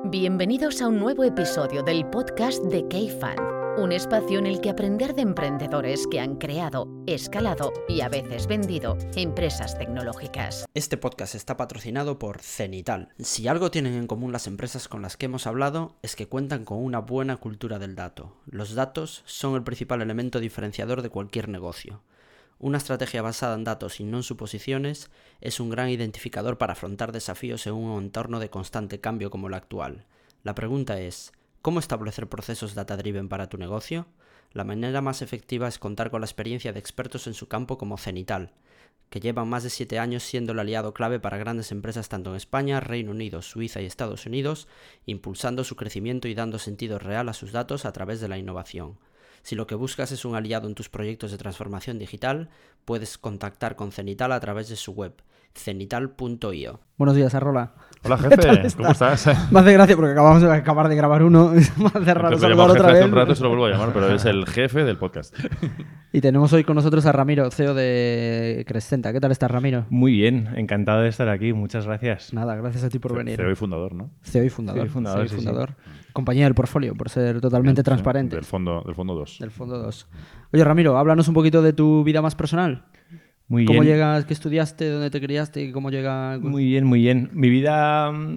Bienvenidos a un nuevo episodio del podcast de K-Fund, un espacio en el que aprender de emprendedores que han creado, escalado y a veces vendido empresas tecnológicas. Este podcast está patrocinado por Cenital. Si algo tienen en común las empresas con las que hemos hablado es que cuentan con una buena cultura del dato. Los datos son el principal elemento diferenciador de cualquier negocio. Una estrategia basada en datos y no en suposiciones es un gran identificador para afrontar desafíos en un entorno de constante cambio como el actual. La pregunta es, ¿cómo establecer procesos data-driven para tu negocio? La manera más efectiva es contar con la experiencia de expertos en su campo como Cenital, que llevan más de 7 años siendo el aliado clave para grandes empresas tanto en España, Reino Unido, Suiza y Estados Unidos, impulsando su crecimiento y dando sentido real a sus datos a través de la innovación. Si lo que buscas es un aliado en tus proyectos de transformación digital, puedes contactar con Cenital a través de su web, cenital.io. Buenos días, Arrola. Hola, jefe. ¿Cómo estás? Me hace gracia porque acabamos de acabar de grabar uno. Me hace raro saludar otra vez. Hace un rato se lo vuelvo a llamar, pero es el jefe del podcast. Y tenemos hoy con nosotros a Ramiro, CEO de Crescenta. ¿Qué tal estás, Ramiro? Muy bien, encantado de estar aquí. Muchas gracias. Nada, gracias a ti por venir. CEO y fundador, ¿no? CEO y fundador. Sí, fundador. Compañía del portfolio, por ser totalmente transparente. Del fondo 2. Del fondo 2. Oye, Ramiro, háblanos un poquito de tu vida más personal. Muy ¿Cómo bien. llegas? ¿Qué estudiaste? ¿Dónde te criaste? ¿Cómo llega? Muy bien, muy bien. Mi vida a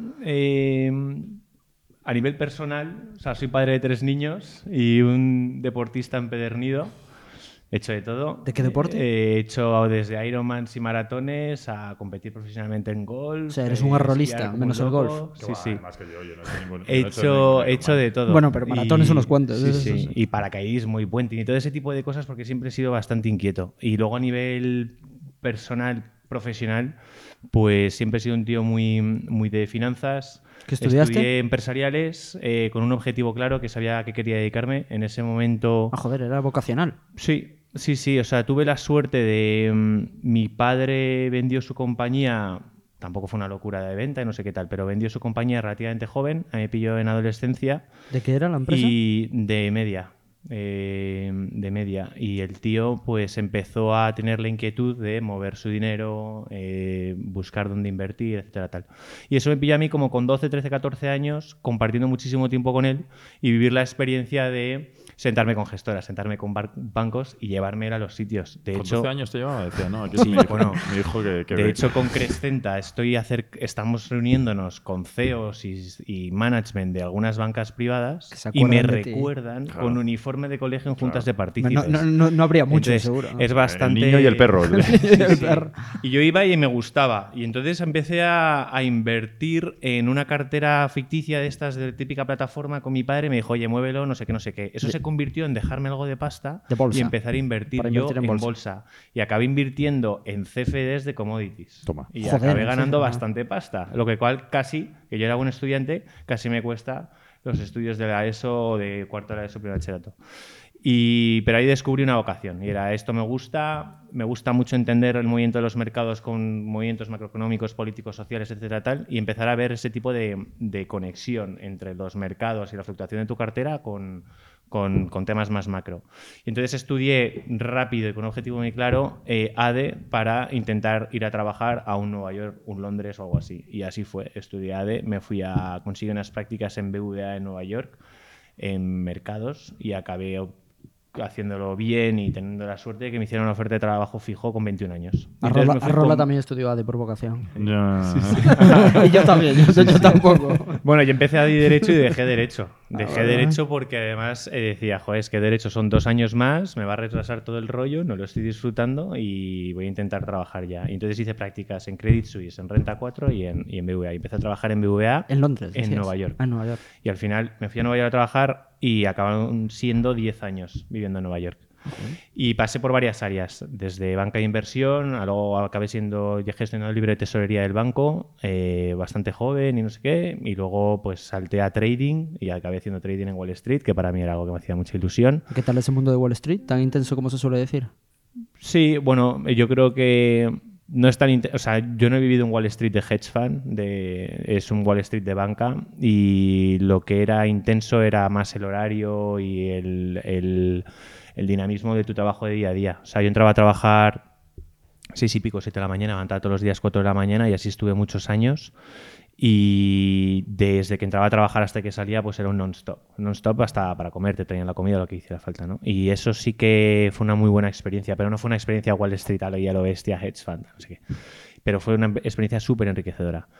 nivel personal, o sea, soy padre de 3 niños y un deportista empedernido. He hecho de todo. ¿De qué deporte? He hecho desde Ironmans y maratones a competir profesionalmente en golf. O sea, eres un arrolista, esquiar como menos un el loco. golf. Sí. Más que yo no he hecho ningún. He hecho de todo. Bueno, pero maratones unos cuantos. Sí, Eso sí. sí. Y paracaidismo y puenting y todo ese tipo de cosas porque siempre he sido bastante inquieto. Y luego a nivel personal, profesional, pues siempre he sido un tío muy de finanzas. ¿Qué estudiaste? Estudié empresariales con un objetivo claro que sabía a qué quería dedicarme. En ese momento... Ah, joder, era vocacional. Sí. O sea, tuve la suerte de... mi padre vendió su compañía... Tampoco fue una locura de venta y no sé qué tal, pero vendió su compañía relativamente joven. Me pilló en adolescencia. ¿De qué era la empresa? Y de media. Y el tío pues empezó a tener la inquietud de mover su dinero, buscar dónde invertir, etcétera, tal. Y eso me pilló a mí como con 12, 13, 14 años compartiendo muchísimo tiempo con él y vivir la experiencia de sentarme con gestoras, sentarme con bancos y llevarme a los sitios. De Con hecho, 12 años te llevaba, decía, ¿no? Aquí sí, me dijo que de hecho, con Crescenta estamos reuniéndonos con CEOs y management de algunas bancas privadas Que se y me acuerdan de ti. recuerdan Claro. con uniforme de colegio en juntas de No, partícipes. no habría mucho, Entonces, seguro. Es bastante... El niño y el perro. El perro. Y yo iba y me gustaba. Y entonces empecé a invertir en una cartera ficticia de estas, de típica plataforma, con mi padre. Me dijo, oye, muévelo, no sé qué, no sé qué. Eso se convirtió en dejarme algo de pasta De bolsa. y empezar a invertir Para yo invertir en bolsa. Y acabé invirtiendo en CFDs de commodities. Toma. Y Joder, acabé en ganando CFD. bastante pasta. Lo que cual casi, que yo era buen estudiante, casi me cuesta los estudios de la ESO o de cuarto de la ESO, primer bachillerato. Pero ahí descubrí una vocación y era esto me gusta mucho entender el movimiento de los mercados con movimientos macroeconómicos, políticos, sociales, etcétera, tal, y empezar a ver ese tipo de conexión entre los mercados y la fluctuación de tu cartera con temas más macro. Y entonces estudié rápido y con un objetivo muy claro ADE para intentar ir a trabajar a un Nueva York, un Londres o algo así. Y así fue, estudié ADE, me fui a conseguir unas prácticas en BVA en Nueva York, en mercados, y acabé haciéndolo bien y teniendo la suerte de que me hicieron una oferta de trabajo fijo con 21 años. Entonces me fui Arrola con- también estudió ADE por vocación. Ya. Y yo también, yo tampoco. Bueno, yo empecé a Derecho y dejé Derecho. Dejé vale. Derecho porque además decía, joder, es que Derecho son 2 años más, me va a retrasar todo el rollo, no lo estoy disfrutando y voy a intentar trabajar ya. Y entonces hice prácticas en Credit Suisse, en Renta 4 y en BVA. Y empecé a trabajar en BVA En Londres. en decías. Nueva York. Ah, en Nueva York. Y al final me fui a Nueva York a trabajar y acabaron siendo 10 años viviendo en Nueva York. Y pasé por varias áreas, desde banca de inversión, a luego acabé siendo gestionador libre de tesorería del banco, bastante joven y no sé qué, y luego pues salté a trading y acabé haciendo trading en Wall Street, que para mí era algo que me hacía mucha ilusión. ¿Qué tal ese mundo de Wall Street? ¿Tan intenso como se suele decir? Sí, bueno, yo creo que no es tan... O sea, yo no he vivido un Wall Street de hedge fund, es un Wall Street de banca, y lo que era intenso era más el horario y el dinamismo de tu trabajo de día a día. O sea, yo entraba a trabajar 6 y pico, 7 de la mañana, levantaba todos los días 4 de la mañana y así estuve muchos años. Y desde que entraba a trabajar hasta que salía, pues era un non-stop. Non-stop hasta para comer, te traían la comida, lo que hiciera falta, ¿no? Y eso sí que fue una muy buena experiencia, pero no fue una experiencia Wall Street a lo bestia, hedge fund, no sé qué. Pero fue una experiencia súper enriquecedora.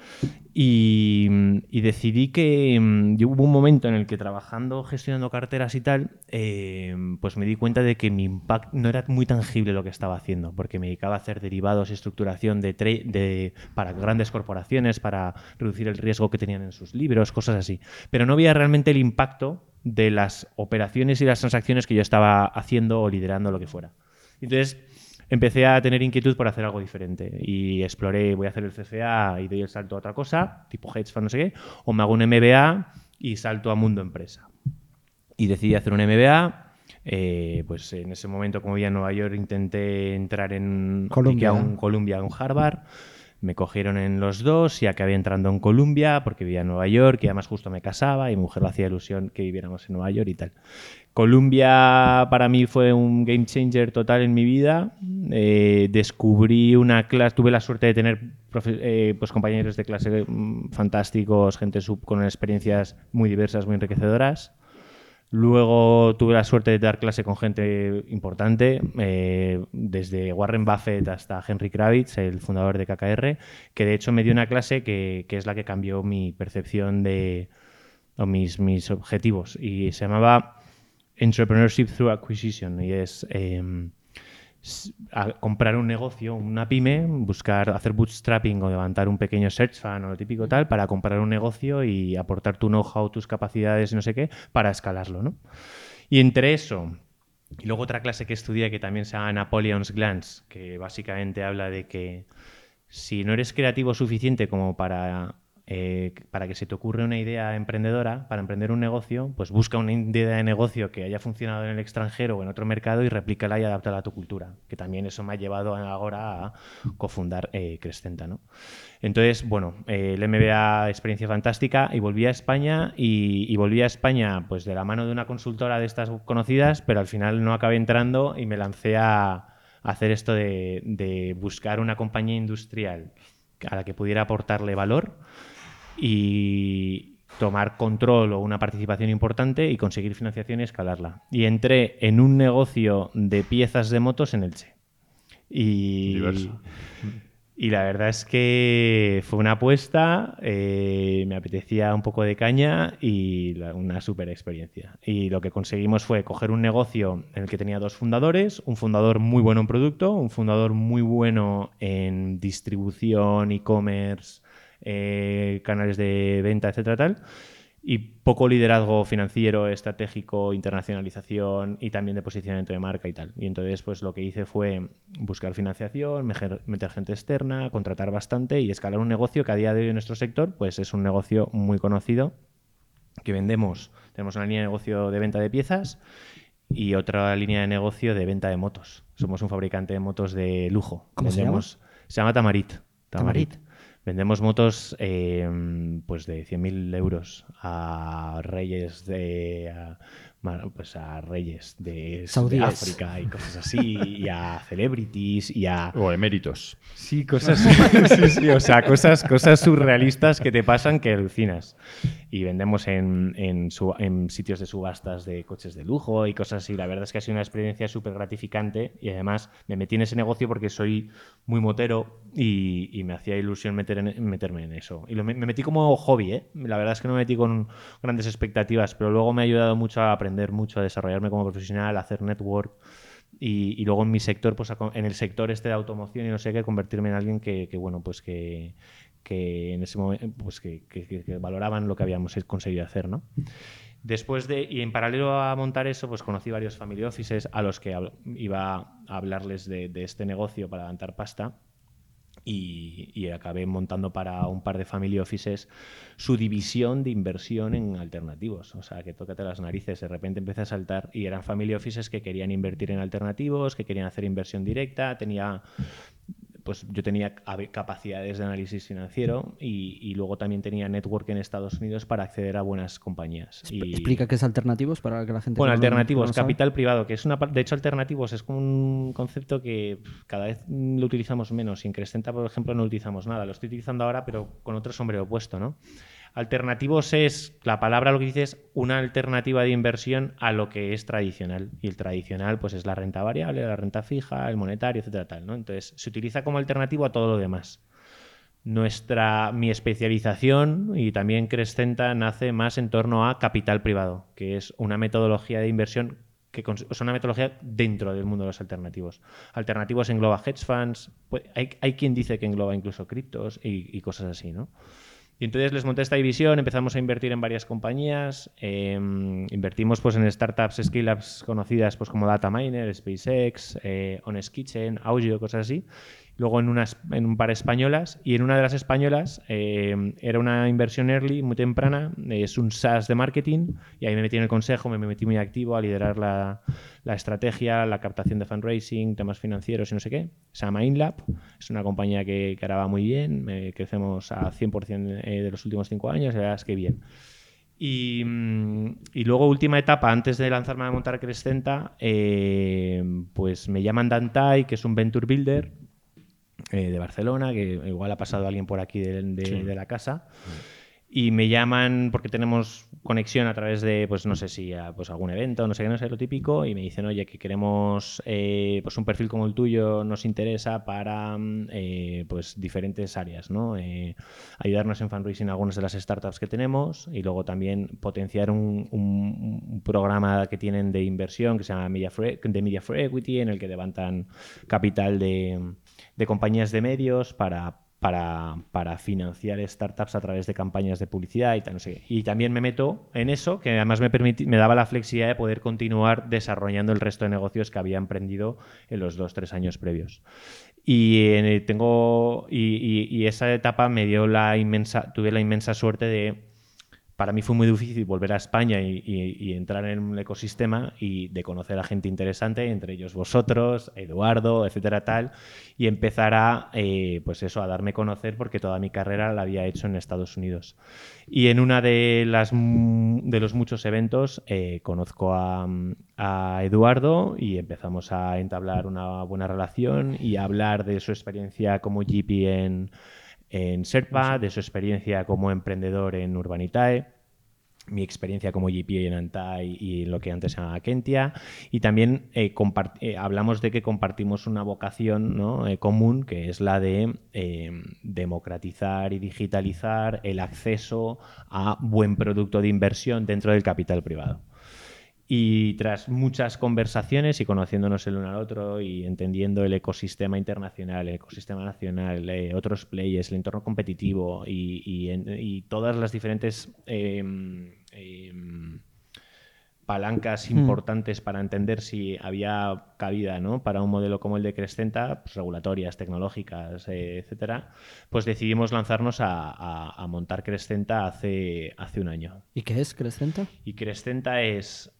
Y decidí que hubo un momento en el que trabajando, gestionando carteras y tal, pues me di cuenta de que mi impacto no era muy tangible lo que estaba haciendo, porque me dedicaba a hacer derivados y estructuración para grandes corporaciones, para reducir el riesgo que tenían en sus libros, cosas así. Pero no veía realmente el impacto de las operaciones y las transacciones que yo estaba haciendo o liderando, lo que fuera. Entonces empecé a tener inquietud por hacer algo diferente y exploré, voy a hacer el CFA y doy el salto a otra cosa, tipo hedge fund, no sé qué, o me hago un MBA y salto a mundo empresa. Y decidí hacer un MBA. Pues en ese momento, como vivía en Nueva York, intenté entrar en Columbia, Columbia, un Harvard. Me cogieron en los dos y acabé entrando en Columbia porque vivía en Nueva York y además justo me casaba y mi mujer le hacía ilusión que viviéramos en Nueva York y tal. Columbia para mí fue un game changer total en mi vida. Descubrí una clase, tuve la suerte de tener pues compañeros de clase fantásticos, gente con experiencias muy diversas, muy enriquecedoras. Luego tuve la suerte de dar clase con gente importante, desde Warren Buffett hasta Henry Kravitz, el fundador de KKR, que de hecho me dio una clase que es la que cambió mi percepción o mis objetivos. Y se llamaba Entrepreneurship Through Acquisition. Y es comprar un negocio, una pyme, hacer bootstrapping o levantar un pequeño search fund o lo típico tal, para comprar un negocio y aportar tu know-how, tus capacidades y no sé qué, para escalarlo, ¿no? Y entre eso y luego otra clase que estudié que también se llama Napoleon's Glance, que básicamente habla de que si no eres creativo suficiente como para que se te ocurra una idea emprendedora, para emprender un negocio, pues busca una idea de negocio que haya funcionado en el extranjero o en otro mercado y replícala y adáptala a tu cultura. Que también eso me ha llevado ahora a cofundar Crescenta, ¿no? Entonces, bueno, el MBA, experiencia fantástica, y volví a España y volví a España pues de la mano de una consultora de estas conocidas, pero al final no acabé entrando y me lancé a hacer esto de buscar una compañía industrial a la que pudiera aportarle valor y tomar control o una participación importante y conseguir financiación y escalarla. Y entré en un negocio de piezas de motos en Elche. Diverso. Y la verdad es que fue una apuesta, me apetecía un poco de caña y una súper experiencia. Y lo que conseguimos fue coger un negocio en el que tenía dos fundadores, un fundador muy bueno en producto, un fundador muy bueno en distribución, e-commerce, canales de venta, etcétera, tal, y poco liderazgo financiero, estratégico, internacionalización y también de posicionamiento de marca y tal. Y entonces pues lo que hice fue buscar financiación, meter gente externa, contratar bastante y escalar un negocio que a día de hoy en nuestro sector pues es un negocio muy conocido, que tenemos una línea de negocio de venta de piezas y otra línea de negocio de venta de motos. Somos un fabricante de motos de lujo. ¿Cómo se llama? Se llama Tamarit. Tamarit. Vendemos motos pues de 100.000 euros a reyes a reyes de África y cosas así, y a celebrities y a... O eméritos. Sí, cosas, sí, o sea, cosas surrealistas que te pasan que alucinas. Y vendemos en sitios de subastas de coches de lujo y cosas así. La verdad es que ha sido una experiencia súper gratificante y además me metí en ese negocio porque soy muy motero y me hacía ilusión meterme en eso. Y me metí como hobby, ¿eh? La verdad es que no me metí con grandes expectativas, pero luego me ha ayudado mucho a aprender mucho, a desarrollarme como profesional, a hacer network. Y luego en mi sector, pues en el sector este de automoción y no sé qué, convertirme en alguien que bueno, pues que en ese momento pues que valoraban lo que habíamos conseguido hacer, ¿no? Y en paralelo a montar eso, pues conocí varios family offices a los que iba a hablarles de este negocio para levantar pasta. Y acabé montando para un par de family offices su división de inversión en alternativos. O sea, que tócate las narices. De repente empecé a saltar y eran family offices que querían invertir en alternativos, que querían hacer inversión directa. pues yo tenía capacidades de análisis financiero y luego también tenía network en Estados Unidos para acceder a buenas compañías. Explica qué es Alternativos para que la gente... Bueno, que no lo- Alternativos, que no lo sabe. capital privado, que es de hecho, Alternativos es como un concepto que cada vez lo utilizamos menos. Y en Crescenta, por ejemplo, no utilizamos nada. Lo estoy utilizando ahora, pero con otro sombrero puesto, ¿no? Alternativos es, la palabra lo que dice es una alternativa de inversión a lo que es tradicional. Y el tradicional pues es la renta variable, la renta fija, el monetario, etcétera, tal, ¿no? Entonces, se utiliza como alternativo a todo lo demás. Mi especialización y también Crescenta nace más en torno a capital privado, que es una metodología de inversión es una metodología dentro del mundo de los alternativos. Alternativos engloba hedge funds, pues hay quien dice que engloba incluso criptos y cosas así, ¿no? Y entonces les monté esta división, empezamos a invertir en varias compañías, invertimos pues en startups, scale-ups conocidas pues como Dataminer, SpaceX, Honest Kitchen, Audio, cosas así. Luego en un par españolas, y en una de las españolas era una inversión early, muy temprana, es un SaaS de marketing, y ahí me metí en el consejo, me metí muy activo a liderar la estrategia, la captación de fundraising, temas financieros y no sé qué. Se llama InLab, es una compañía que ahora va muy bien, crecemos a 100% de los últimos 5 años, y la verdad es que bien. Y luego, última etapa, antes de lanzarme a montar Crescenta, pues me llaman Dantai, que es un venture builder, de Barcelona, que igual ha pasado alguien por aquí de la casa, y me llaman porque tenemos conexión a través de, pues no sé si pues algún evento, no sé qué, no sé, lo típico, y me dicen, oye, que queremos pues un perfil como el tuyo nos interesa para pues diferentes áreas, ¿no? Ayudarnos en fundraising en algunas de las startups que tenemos, y luego también potenciar un programa que tienen de inversión que se llama Media for Equity, en el que levantan capital de compañías de medios para financiar startups a través de campañas de publicidad y tal, no sé. Y también me meto en eso, que además me daba la flexibilidad de poder continuar desarrollando el resto de negocios que había emprendido en los 2-3 años previos. Y esa etapa tuve la inmensa suerte de... Para mí fue muy difícil volver a España y entrar en un ecosistema y de conocer a gente interesante, entre ellos vosotros, Eduardo, etcétera, tal, y empezar a darme a conocer, porque toda mi carrera la había hecho en Estados Unidos. Y en una de los muchos eventos conozco a Eduardo y empezamos a entablar una buena relación y a hablar de su experiencia como GP en Sherpa, de su experiencia como emprendedor en Urbanitae, mi experiencia como GP en Antai y lo que antes se llamaba Kentia, y también hablamos de que compartimos una vocación, ¿no? Común, que es la de democratizar y digitalizar el acceso a buen producto de inversión dentro del capital privado. Y tras muchas conversaciones y conociéndonos el uno al otro y entendiendo el ecosistema internacional, el ecosistema nacional, otros players, el entorno competitivo y todas las diferentes palancas importantes para entender si había cabida, ¿no?, para un modelo como el de Crescenta, pues regulatorias, tecnológicas, etcétera, pues decidimos lanzarnos a montar Crescenta hace un año. ¿Y qué es Crescenta? Y Crescenta es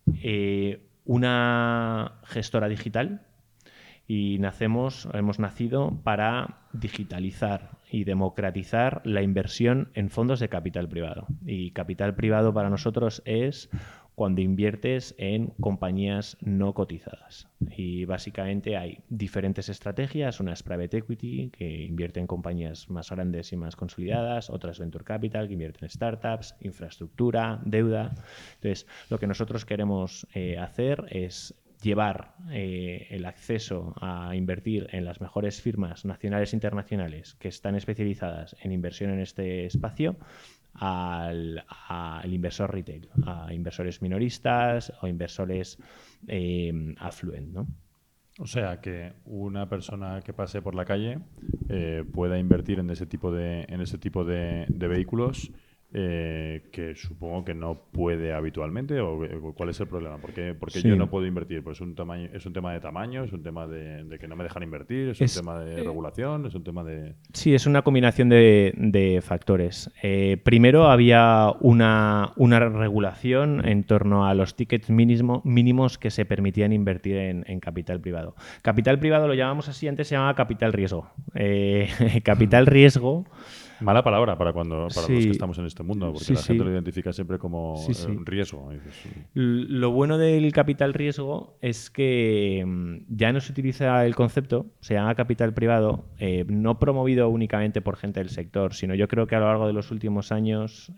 una gestora digital, y hemos nacido para digitalizar y democratizar la inversión en fondos de capital privado. Y capital privado para nosotros es cuando inviertes en compañías no cotizadas. Y básicamente hay diferentes estrategias. Una es Private Equity, que invierte en compañías más grandes y más consolidadas. Otra es Venture Capital, que invierte en startups, infraestructura, deuda. Entonces, lo que nosotros queremos hacer es llevar el acceso a invertir en las mejores firmas nacionales e internacionales que están especializadas en inversión en este espacio al inversor retail, a inversores minoristas o inversores affluent, ¿no? O sea, que una persona que pase por la calle pueda invertir en ese tipo de vehículos que supongo que no puede habitualmente, o ¿cuál es el problema? ¿Por qué Sí. yo no puedo invertir? Pues es un tema de tamaño, es un tema de que no me dejan invertir, es un tema de regulación, es un tema de... Sí, es una combinación de factores. Primero había una regulación en torno a los tickets mínimos que se permitían invertir en capital privado. Capital privado lo llamamos así, antes se llamaba capital riesgo. Capital riesgo... Mala palabra para los Sí. que estamos en este mundo, porque Sí, la gente sí. lo identifica siempre como Sí, sí. un riesgo. Y dices, Lo bueno del capital riesgo es que ya no se utiliza el concepto, se llama capital privado, no promovido únicamente por gente del sector, sino yo creo que a lo largo de los últimos años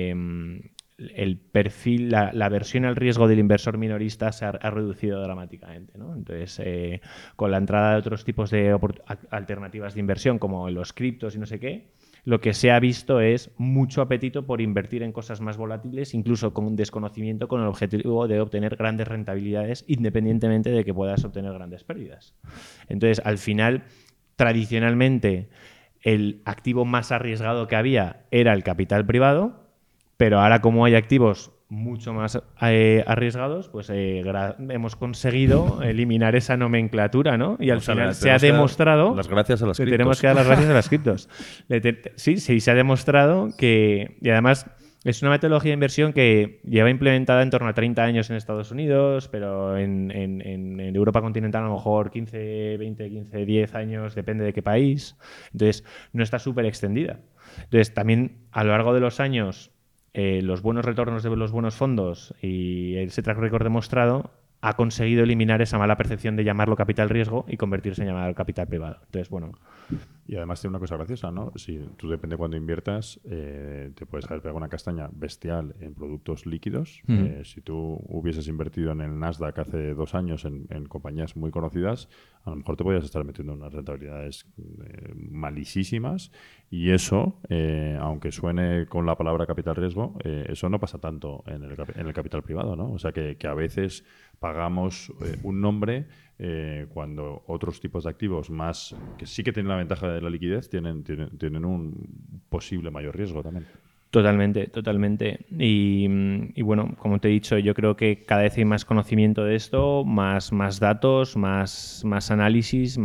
el perfil, la versión al riesgo del inversor minorista se ha reducido dramáticamente, ¿no? Entonces, con la entrada de otros tipos de alternativas de inversión, como los criptos y no sé qué, lo que se ha visto es mucho apetito por invertir en cosas más volátiles, incluso con un desconocimiento, con el objetivo de obtener grandes rentabilidades, independientemente de que puedas obtener grandes pérdidas. Entonces, al final, tradicionalmente, el activo más arriesgado que había era el capital privado, pero ahora como hay activos mucho más arriesgados, pues hemos conseguido eliminar esa nomenclatura, ¿no? Y al final se ha demostrado... Las gracias a las Le criptos. tenemos que dar las gracias a las criptos. Sí, se ha demostrado que... Y además es una metodología de inversión que lleva implementada en torno a 30 años en Estados Unidos, pero en Europa continental a lo mejor 15, 20, 15, 10 años, depende de qué país. Entonces, no está súper extendida. Entonces, también a lo largo de los años, los buenos retornos de los buenos fondos y ese track record demostrado ha conseguido eliminar esa mala percepción de llamarlo capital riesgo y convertirse en llamarlo capital privado. Entonces, bueno... Y además tiene una cosa graciosa, ¿no? Si tú depende cuando inviertas, te puedes haber pegado una castaña bestial en productos líquidos. Si tú hubieses invertido en el Nasdaq hace 2 años en compañías muy conocidas, a lo mejor te podías estar metiendo unas rentabilidades malísimas. Y eso, aunque suene con la palabra capital riesgo, eso no pasa tanto en el capital privado, ¿no? O sea que a veces pagamos un nombre cuando otros tipos de activos más que sí que tienen la ventaja de la liquidez tienen un posible mayor riesgo también. Totalmente, totalmente. Y bueno, como te he dicho, yo creo que cada vez hay más conocimiento de esto, más datos, más análisis,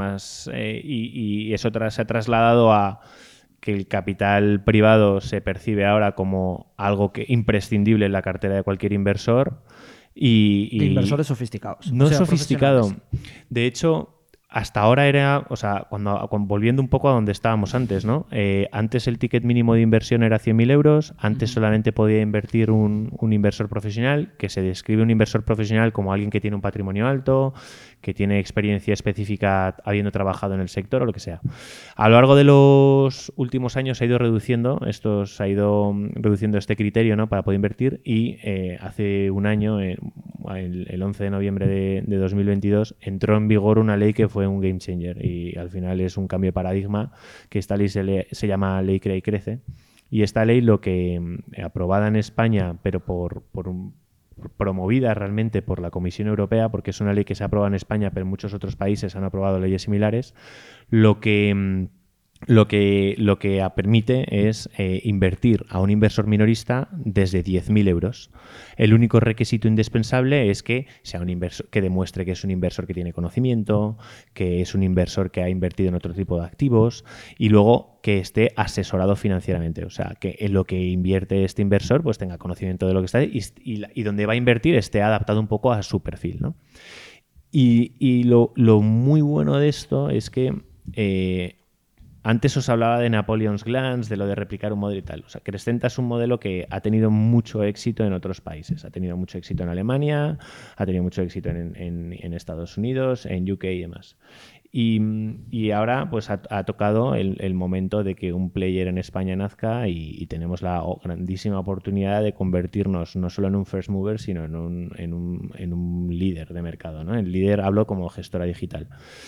y eso se ha trasladado a que el capital privado se percibe ahora como algo imprescindible en la cartera de cualquier inversor. De inversores sofisticados. No o sea, sofisticado. profesionales. De hecho, hasta ahora era, o sea, volviendo un poco a donde estábamos antes, ¿no? Antes el ticket mínimo de inversión era 100.000 euros, antes solamente podía invertir un inversor profesional, que se describe un inversor profesional como alguien que tiene un patrimonio alto, que tiene experiencia específica habiendo trabajado en el sector o lo que sea. A lo largo de los últimos años se ha ido reduciendo este criterio, ¿no? Para poder invertir, y hace un año, el 11 de noviembre de 2022, entró en vigor una ley que fue un game changer, y al final es un cambio de paradigma, que esta ley se llama Ley Crea y Crece. Y esta ley, lo que aprobada en España, pero promovida realmente por la Comisión Europea, porque es una ley que se aprueba en España, pero en muchos otros países han aprobado leyes similares, lo que permite es invertir a un inversor minorista desde 10.000 euros. El único requisito indispensable es que sea un inversor que demuestre que es un inversor que tiene conocimiento, que es un inversor que ha invertido en otro tipo de activos, y luego que esté asesorado financieramente. O sea, que en lo que invierte este inversor pues tenga conocimiento de lo que está y donde va a invertir esté adaptado un poco a su perfil, ¿no? Y lo muy bueno de esto es que antes os hablaba de Napoleon's Glance, de lo de replicar un modelo y tal. O sea, Crescenta es un modelo que ha tenido mucho éxito en otros países. Ha tenido mucho éxito en Alemania, ha tenido mucho éxito en Estados Unidos, en UK y demás. Y ahora pues ha tocado el momento de que un player en España nazca, y tenemos la grandísima oportunidad de convertirnos no solo en un first mover, sino en un líder de mercado, ¿no? El líder, hablo como gestora digital.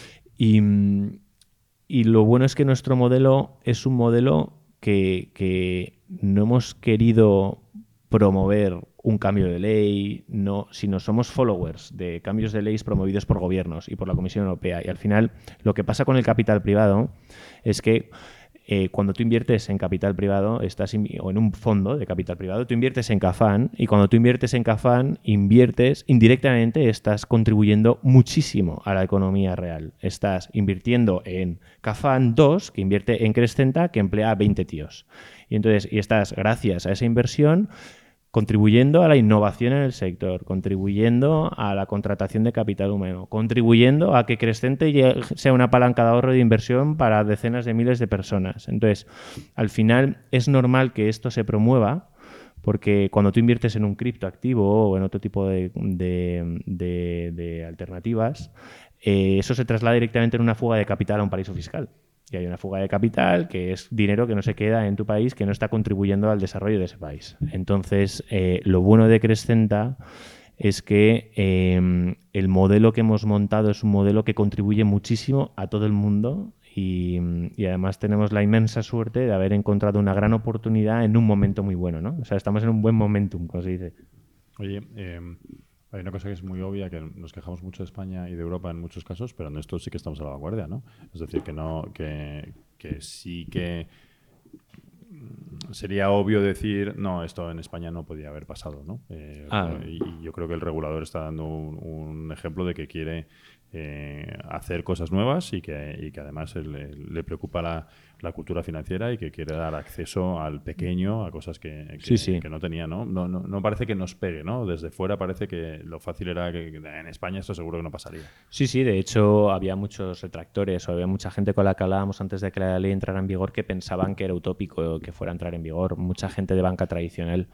Y lo bueno es que nuestro modelo es un modelo que no hemos querido promover un cambio de ley, sino somos followers de cambios de leyes promovidos por gobiernos y por la Comisión Europea. Y al final lo que pasa con el capital privado es que cuando tú inviertes en capital privado, o en un fondo de capital privado, tú inviertes en Cafán, y cuando tú inviertes en Cafán, indirectamente, estás contribuyendo muchísimo a la economía real. Estás invirtiendo en Cafán 2, que invierte en Crescenta, que emplea a 20 tíos. Y estás, gracias a esa inversión, contribuyendo a la innovación en el sector, contribuyendo a la contratación de capital humano, contribuyendo a que Crescente sea una palanca de ahorro y de inversión para decenas de miles de personas. Entonces, al final es normal que esto se promueva, porque cuando tú inviertes en un criptoactivo o en otro tipo de alternativas, eso se traslada directamente en una fuga de capital a un paraíso fiscal. Y hay una fuga de capital, que es dinero que no se queda en tu país, que no está contribuyendo al desarrollo de ese país. Entonces, lo bueno de Crescenta es que el modelo que hemos montado es un modelo que contribuye muchísimo a todo el mundo y además tenemos la inmensa suerte de haber encontrado una gran oportunidad en un momento muy bueno, ¿no? O sea, estamos en un buen momentum, como se dice. Oye, hay una cosa que es muy obvia, que nos quejamos mucho de España y de Europa en muchos casos, pero en esto sí que estamos a la vanguardia, ¿no? Es decir, que sí que sería obvio decir, no, esto en España no podía haber pasado, ¿no? Y yo creo que el regulador está dando un ejemplo de que quiere hacer cosas nuevas y que además le preocupa la cultura financiera y que quiere dar acceso al pequeño a cosas que no tenía, ¿no? No parece que nos pegue, ¿no? Desde fuera parece que lo fácil era que en España esto seguro que no pasaría. Sí, de hecho había muchos retractores o había mucha gente con la que hablábamos antes de que la ley entrara en vigor que pensaban que era utópico que fuera a entrar en vigor. Mucha gente de banca tradicional.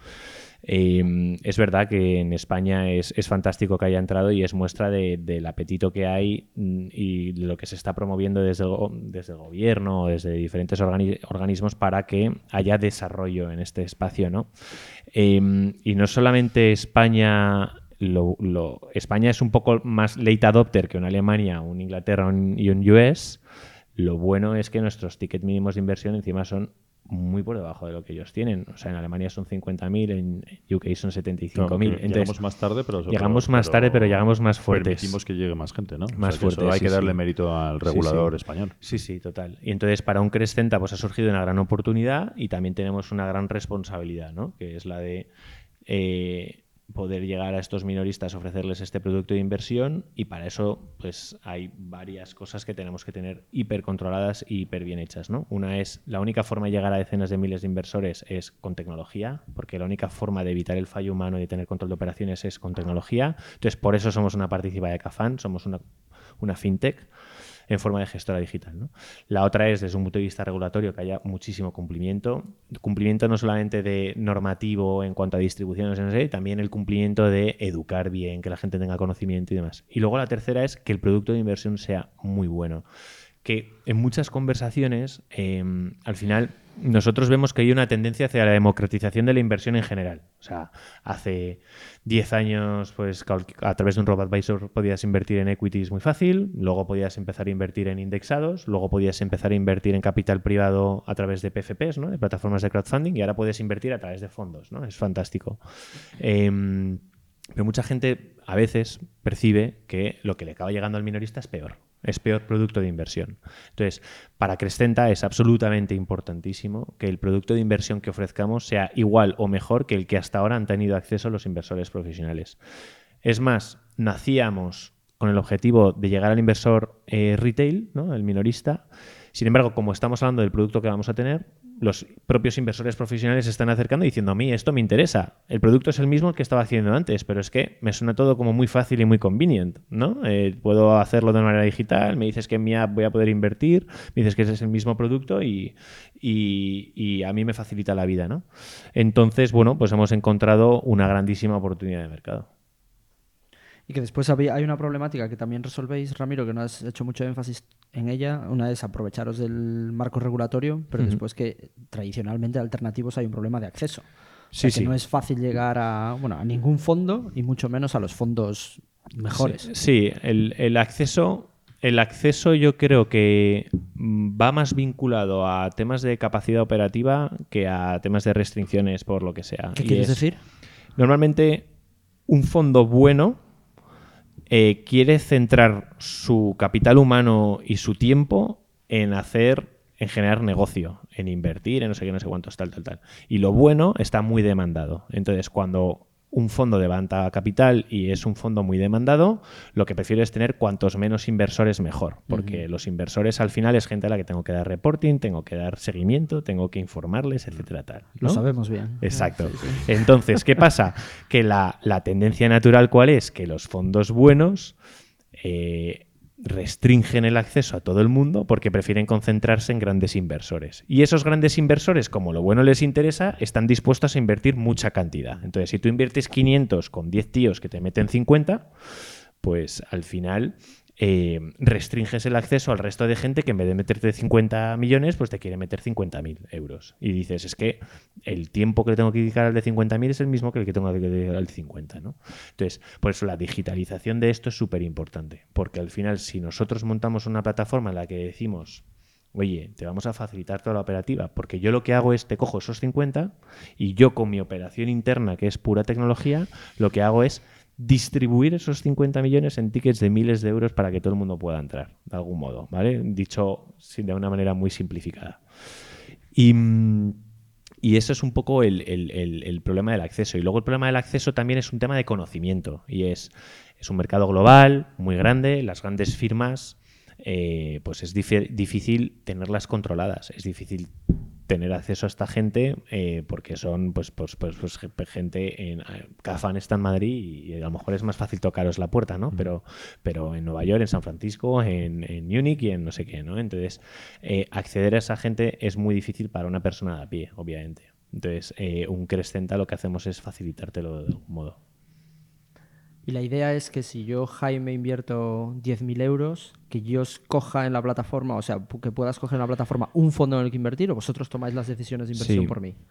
Es verdad que en España es fantástico que haya entrado y es muestra del apetito que hay y de lo que se está promoviendo desde el gobierno o desde diferentes organismos para que haya desarrollo en este espacio, ¿no? Y no solamente España... España es un poco más late adopter que una Alemania, un Inglaterra y un US. Lo bueno es que nuestros tickets mínimos de inversión encima son muy por debajo de lo que ellos tienen. O sea, en Alemania son 50.000, en UK son 75.000. Llegamos más tarde, pero llegamos más fuertes. Permitimos que llegue más gente, ¿no? Más fuertes. Hay que darle mérito al regulador español. Sí, total. Y entonces para un Crescenta pues ha surgido una gran oportunidad y también tenemos una gran responsabilidad, ¿no? Que es la de poder llegar a estos minoristas, ofrecerles este producto de inversión, y para eso pues hay varias cosas que tenemos que tener hiper controladas y hiper bien hechas, ¿no? Una es, la única forma de llegar a decenas de miles de inversores es con tecnología, porque la única forma de evitar el fallo humano y de tener control de operaciones es con tecnología. Entonces, por eso somos una participa de Cafán, somos una fintech en forma de gestora digital, ¿no? La otra es, desde un punto de vista regulatorio, que haya muchísimo cumplimiento. Cumplimiento no solamente de normativo en cuanto a distribución, también el cumplimiento de educar bien, que la gente tenga conocimiento y demás. Y luego la tercera es que el producto de inversión sea muy bueno. Que en muchas conversaciones, al final, nosotros vemos que hay una tendencia hacia la democratización de la inversión en general. O sea, hace 10 años, pues a través de un robo-advisor podías invertir en equities muy fácil, luego podías empezar a invertir en indexados, luego podías empezar a invertir en capital privado a través de PFPs, ¿no? De plataformas de crowdfunding, y ahora puedes invertir a través de fondos, ¿no? Es fantástico. Pero mucha gente a veces percibe que lo que le acaba llegando al minorista es peor. Es peor producto de inversión. Entonces, para Crescenta es absolutamente importantísimo que el producto de inversión que ofrezcamos sea igual o mejor que el que hasta ahora han tenido acceso los inversores profesionales. Es más, nacíamos con el objetivo de llegar al inversor retail, ¿no? El minorista. Sin embargo, como estamos hablando del producto que vamos a tener, los propios inversores profesionales se están acercando y diciendo, a mí esto me interesa. El producto es el mismo que estaba haciendo antes, pero es que me suena todo como muy fácil y muy convenient, ¿no? Puedo hacerlo de manera digital, me dices que en mi app voy a poder invertir, me dices que ese es el mismo producto y a mí me facilita la vida, ¿no? Entonces, bueno, pues hemos encontrado una grandísima oportunidad de mercado. Y que después hay una problemática que también resolvéis, Ramiro, que no has hecho mucho énfasis en ella. Una es aprovecharos del marco regulatorio, pero después que tradicionalmente alternativos hay un problema de acceso. O sea, que no es fácil llegar a ningún fondo y mucho menos a los fondos mejores. Sí, el acceso yo creo que va más vinculado a temas de capacidad operativa que a temas de restricciones por lo que sea. ¿Qué quieres decir? Normalmente un fondo bueno quiere centrar su capital humano y su tiempo en hacer en generar negocio, en invertir, en no sé qué, no sé cuántos, tal. Y lo bueno está muy demandado. Entonces, cuando un fondo levanta capital y es un fondo muy demandado, lo que prefiero es tener cuantos menos inversores mejor, porque los inversores al final es gente a la que tengo que dar reporting, tengo que dar seguimiento, tengo que informarles, etcétera, tal, ¿no? Lo sabemos bien. Exacto. Sí, sí. Entonces, ¿qué pasa? Que la tendencia natural, ¿cuál es? Que los fondos buenos restringen el acceso a todo el mundo porque prefieren concentrarse en grandes inversores. Y esos grandes inversores, como lo bueno les interesa, están dispuestos a invertir mucha cantidad. Entonces, si tú inviertes 500 con 10 tíos que te meten 50, pues al final restringes el acceso al resto de gente que en vez de meterte 50 millones, pues te quiere meter 50.000 euros. Y dices, es que el tiempo que le tengo que dedicar al de 50.000 es el mismo que el que tengo que dedicar al de 50, ¿no? Entonces, por eso la digitalización de esto es súper importante, porque al final, si nosotros montamos una plataforma en la que decimos, oye, te vamos a facilitar toda la operativa, porque yo lo que hago es, te cojo esos 50 y yo con mi operación interna, que es pura tecnología, lo que hago es distribuir esos 50 millones en tickets de miles de euros para que todo el mundo pueda entrar, de algún modo, ¿vale? Dicho de una manera muy simplificada. Y eso es un poco el problema del acceso. Y luego el problema del acceso también es un tema de conocimiento. Y es un mercado global, muy grande, las grandes firmas, pues es difícil tenerlas controladas, es difícil tener acceso a esta gente porque son pues gente cada fan está en Madrid y a lo mejor es más fácil tocaros la puerta, ¿no? Pero en Nueva York, en San Francisco, en Múnich y en no sé qué, ¿no? Entonces, acceder a esa gente es muy difícil para una persona de a pie, obviamente. Entonces, un Crescenta lo que hacemos es facilitártelo de algún modo. Y la idea es que si yo, Jaime, invierto 10.000 euros, que yo escoja en la plataforma, o sea, que pueda escoger en la plataforma un fondo en el que invertir, o vosotros tomáis las decisiones de inversión por mí.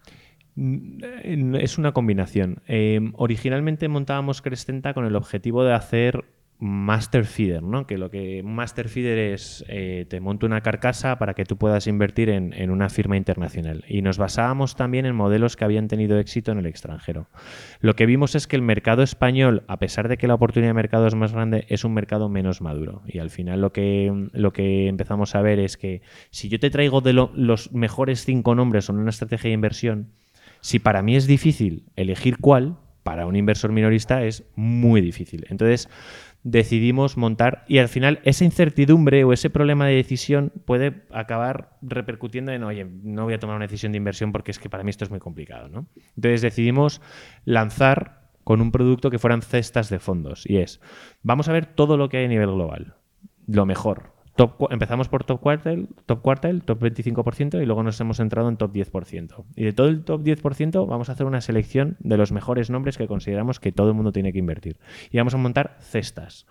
Es una combinación. Originalmente montábamos Crescenta con el objetivo de hacer master feeder, ¿no? Que un master feeder es te monto una carcasa para que tú puedas invertir en una firma internacional. Y nos basábamos también en modelos que habían tenido éxito en el extranjero. Lo que vimos es que el mercado español, a pesar de que la oportunidad de mercado es más grande, es un mercado menos maduro. Y al final lo que empezamos a ver es que si yo te traigo de los mejores 5 nombres en una estrategia de inversión, si para mí es difícil elegir cuál, para un inversor minorista es muy difícil. Entonces decidimos montar y al final esa incertidumbre o ese problema de decisión puede acabar repercutiendo en, oye, no voy a tomar una decisión de inversión porque es que para mí esto es muy complicado, ¿no? Entonces decidimos lanzar con un producto que fueran cestas de fondos y vamos a ver todo lo que hay a nivel global, lo mejor. Empezamos por top quartile, top 25%, y luego nos hemos entrado en top 10%. Y de todo el top 10% vamos a hacer una selección de los mejores nombres que consideramos que todo el mundo tiene que invertir. Y vamos a montar cestas.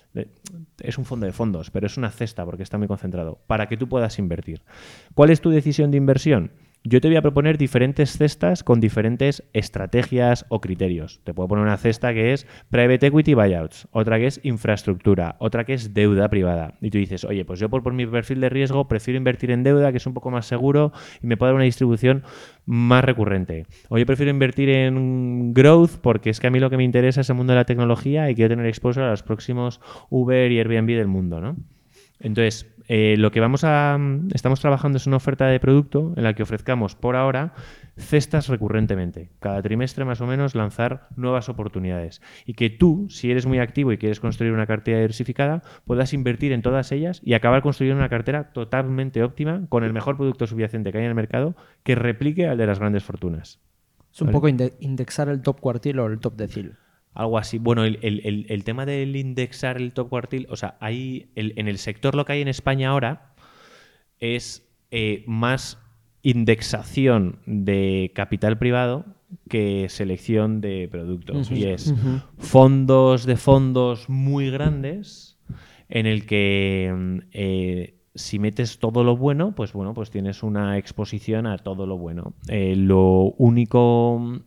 Es un fondo de fondos, pero es una cesta porque está muy concentrado, para que tú puedas invertir. ¿Cuál es tu decisión de inversión? Yo te voy a proponer diferentes cestas con diferentes estrategias o criterios. Te puedo poner una cesta que es Private Equity Buyouts, otra que es infraestructura, otra que es deuda privada. Y tú dices, oye, pues yo por mi perfil de riesgo prefiero invertir en deuda, que es un poco más seguro y me puede dar una distribución más recurrente. O yo prefiero invertir en growth porque es que a mí lo que me interesa es el mundo de la tecnología y quiero tener exposure a los próximos Uber y Airbnb del mundo, ¿no? Entonces, lo que estamos trabajando es una oferta de producto en la que ofrezcamos por ahora cestas recurrentemente. Cada trimestre más o menos lanzar nuevas oportunidades. Y que tú, si eres muy activo y quieres construir una cartera diversificada, puedas invertir en todas ellas y acabar construyendo una cartera totalmente óptima con el mejor producto subyacente que hay en el mercado que replique al de las grandes fortunas. Es un poco indexar el top quartile o el top decile. Algo así. Bueno, el tema del indexar el top quartile, o sea, en el sector lo que hay en España ahora es más indexación de capital privado que selección de productos. Y es fondos de fondos muy grandes en el que si metes todo lo bueno, pues tienes una exposición a todo lo bueno. Lo único...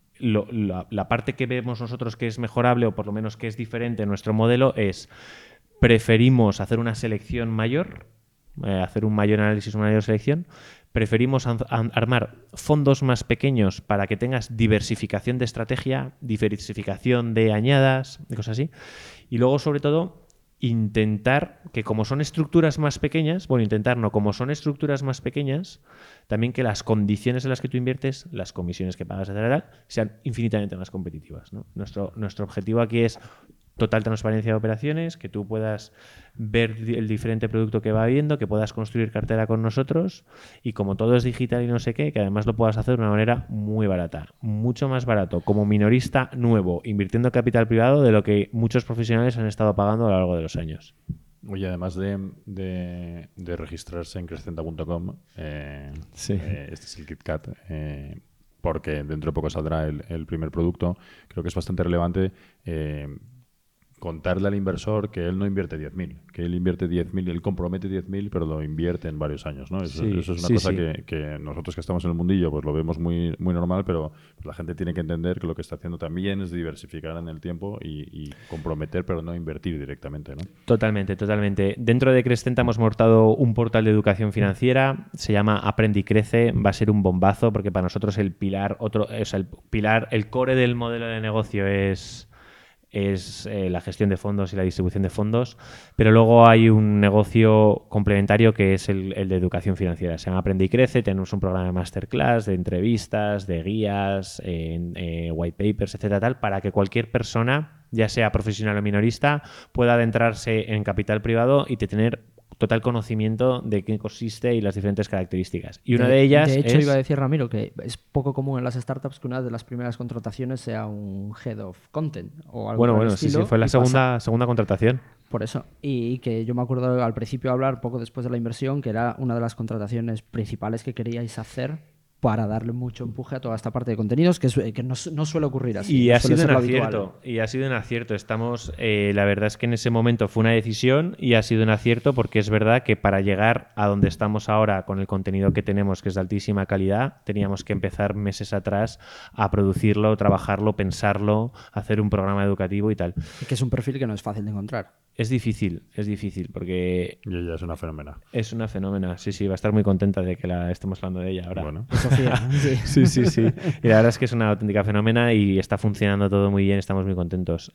La parte que vemos nosotros que es mejorable o por lo menos que es diferente en nuestro modelo es preferimos hacer una selección mayor, hacer un mayor análisis, una mayor selección, preferimos armar fondos más pequeños para que tengas diversificación de estrategia, diversificación de añadas, de cosas así, y luego sobre todo intentar que como son estructuras más pequeñas, bueno, intentar no, como son estructuras más pequeñas, también que las condiciones en las que tú inviertes, las comisiones que pagas, etcétera, sean infinitamente más competitivas, ¿no? Nuestro objetivo aquí es total transparencia de operaciones, que tú puedas ver el diferente producto que va habiendo, que puedas construir cartera con nosotros y como todo es digital y no sé qué, que además lo puedas hacer de una manera muy barata, mucho más barato como minorista nuevo, invirtiendo capital privado de lo que muchos profesionales han estado pagando a lo largo de los años. Oye, además de registrarse en crescenta.com, Sí. Este es el KitKat, porque dentro de poco saldrá el primer producto, creo que es bastante relevante contarle al inversor que él no invierte 10.000, que él invierte 10.000, él compromete 10.000, pero lo invierte en varios años, ¿no? Eso es una cosa que nosotros que estamos en el mundillo pues lo vemos muy, muy normal, pero pues, la gente tiene que entender que lo que está haciendo también es diversificar en el tiempo y comprometer, pero no invertir directamente, ¿no? Totalmente, totalmente. Dentro de Crescenta hemos montado un portal de educación financiera, se llama Aprende y Crece, va a ser un bombazo porque para nosotros el pilar, el core del modelo de negocio es la gestión de fondos y la distribución de fondos, pero luego hay un negocio complementario que es el de educación financiera. Se llama Aprende y Crece, tenemos un programa de masterclass, de entrevistas, de guías, white papers, etcétera, tal, para que cualquier persona, ya sea profesional o minorista, pueda adentrarse en capital privado y tener total conocimiento de qué consiste y las diferentes características. Y una de ellas de hecho, es... iba a decir, Ramiro, que es poco común en las startups que una de las primeras contrataciones sea un head of content o algo por el Bueno, estilo, sí, fue la y pasa- segunda contratación. Por eso. Y que yo me acuerdo al principio hablar, poco después de la inversión, que era una de las contrataciones principales que queríais hacer para darle mucho empuje a toda esta parte de contenidos, que no suele ocurrir así. Y no ha suele sido un ser lo habitual. acierto. Y ha sido un acierto. La verdad es que en ese momento fue una decisión y ha sido un acierto porque es verdad que para llegar a donde estamos ahora con el contenido que tenemos, que es de altísima calidad, teníamos que empezar meses atrás a producirlo, trabajarlo, pensarlo, hacer un programa educativo y tal. Y que es un perfil que no es fácil de encontrar. Es difícil porque Y ella es una fenómena. es una fenómena. Sí, va a estar muy contenta de que estemos hablando de ella ahora. Bueno, Sofía, sí. Sí. Y la verdad es que es una auténtica fenómena y está funcionando todo muy bien, estamos muy contentos.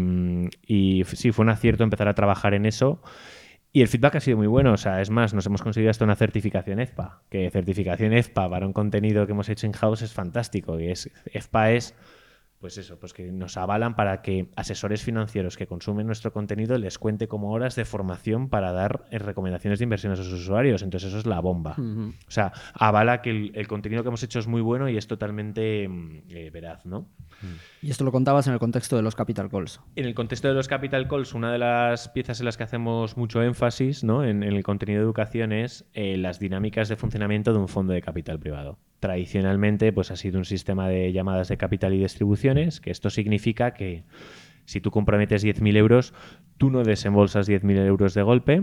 Y sí, fue un acierto empezar a trabajar en eso. Y el feedback ha sido muy bueno. O sea, es más, nos hemos conseguido hasta una certificación EFPA. Que certificación EFPA para un contenido que hemos hecho in-house es fantástico. EFPA es... Pues eso, pues que nos avalan para que asesores financieros que consumen nuestro contenido les cuente como horas de formación para dar recomendaciones de inversiones a sus usuarios. Entonces eso es la bomba. Ujú. O sea, avala que el contenido que hemos hecho es muy bueno y es totalmente veraz, ¿no? Y esto lo contabas en el contexto de los capital calls. En el contexto de los capital calls, una de las piezas en las que hacemos mucho énfasis, ¿no?, en el contenido de educación es las dinámicas de funcionamiento de un fondo de capital privado. Tradicionalmente, pues ha sido un sistema de llamadas de capital y distribuciones, que esto significa que si tú comprometes 10.000 euros, tú no desembolsas 10.000 euros de golpe,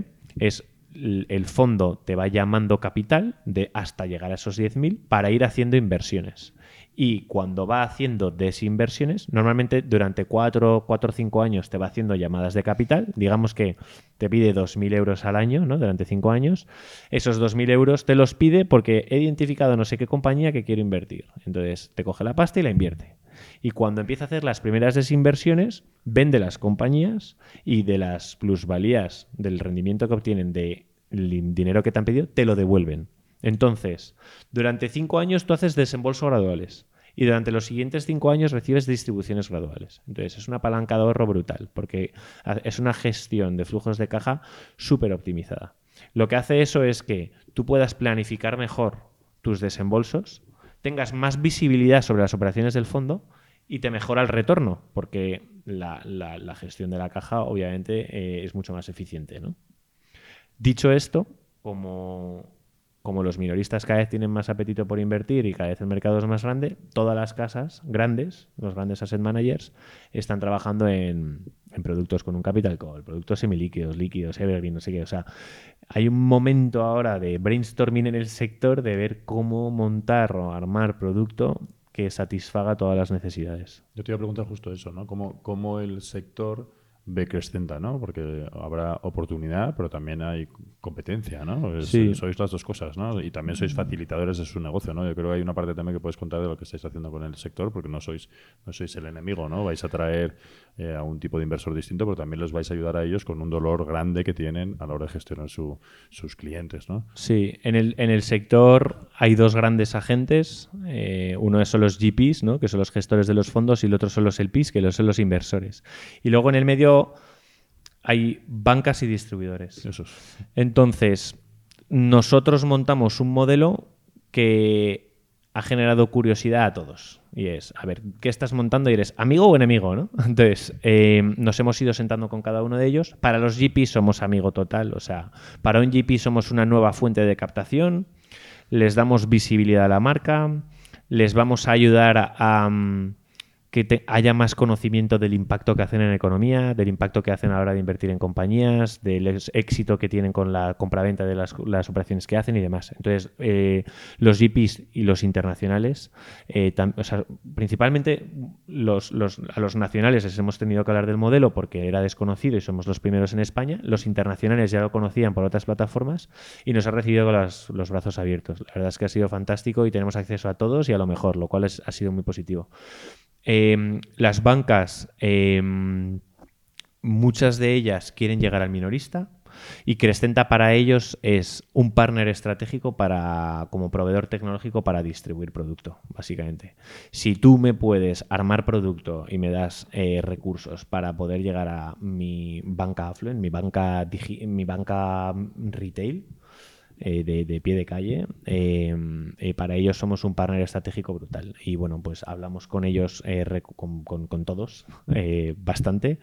el fondo te va llamando capital hasta llegar a esos 10.000 para ir haciendo inversiones. Y cuando va haciendo desinversiones, normalmente durante 4 o 5 años te va haciendo llamadas de capital. Digamos que te pide 2.000 euros al año, ¿no?, durante 5 años. Esos 2.000 euros te los pide porque he identificado no sé qué compañía que quiero invertir. Entonces te coge la pasta y la invierte. Y cuando empieza a hacer las primeras desinversiones, vende las compañías y de las plusvalías del rendimiento que obtienen del dinero que te han pedido, te lo devuelven. Entonces, durante 5 años tú haces desembolsos graduales y durante los siguientes 5 años recibes distribuciones graduales. Entonces, es una palanca de ahorro brutal porque es una gestión de flujos de caja súper optimizada. Lo que hace eso es que tú puedas planificar mejor tus desembolsos, tengas más visibilidad sobre las operaciones del fondo y te mejora el retorno porque la gestión de la caja obviamente es mucho más eficiente, ¿no? Dicho esto, como los minoristas cada vez tienen más apetito por invertir y cada vez el mercado es más grande, todas las casas grandes, los grandes asset managers, están trabajando en productos con un capital call, productos semilíquidos, líquidos, evergreen, no sé qué. O sea, hay un momento ahora de brainstorming en el sector de ver cómo montar o armar producto que satisfaga todas las necesidades. yo te iba a preguntar justo eso, ¿no? ¿Cómo el sector ve Crescenta, ¿no? Porque habrá oportunidad, pero también hay competencia, ¿no? Sí. Sois las dos cosas, ¿no? Y también sois facilitadores de su negocio, ¿no? Yo creo que hay una parte también que puedes contar de lo que estáis haciendo con el sector, porque no sois el enemigo, ¿no? Vais a traer a un tipo de inversor distinto, pero también les vais a ayudar a ellos con un dolor grande que tienen a la hora de gestionar sus clientes, ¿no? Sí, en el sector hay dos grandes agentes. Uno son los GPs, ¿no? Que son los gestores de los fondos, y el otro son los LPs, que son los inversores. Y luego en el medio hay bancas y distribuidores. Eso es. Entonces, nosotros montamos un modelo que ha generado curiosidad a todos. Y es, a ver, ¿qué estás montando? Y eres amigo o enemigo, ¿no? Entonces, nos hemos ido sentando con cada uno de ellos. Para los GPs somos amigo total. O sea, para un GP somos una nueva fuente de captación. Les damos visibilidad a la marca. Les vamos a ayudar a que haya más conocimiento del impacto que hacen en economía, del impacto que hacen a la hora de invertir en compañías, del éxito que tienen con la compraventa de las operaciones que hacen y demás. Entonces, los GPs y los internacionales, o sea, principalmente a los nacionales les hemos tenido que hablar del modelo porque era desconocido y somos los primeros en España. Los internacionales ya lo conocían por otras plataformas y nos han recibido con los brazos abiertos. La verdad es que ha sido fantástico y tenemos acceso a todos y a lo mejor, lo cual ha sido muy positivo. Las bancas, muchas de ellas quieren llegar al minorista y Crescenta para ellos es un partner estratégico como proveedor tecnológico para distribuir producto, básicamente. Si tú me puedes armar producto y me das recursos para poder llegar a mi banca affluent, mi banca retail, de pie de calle, para ellos somos un partner estratégico brutal y bueno, pues hablamos con ellos con todos bastante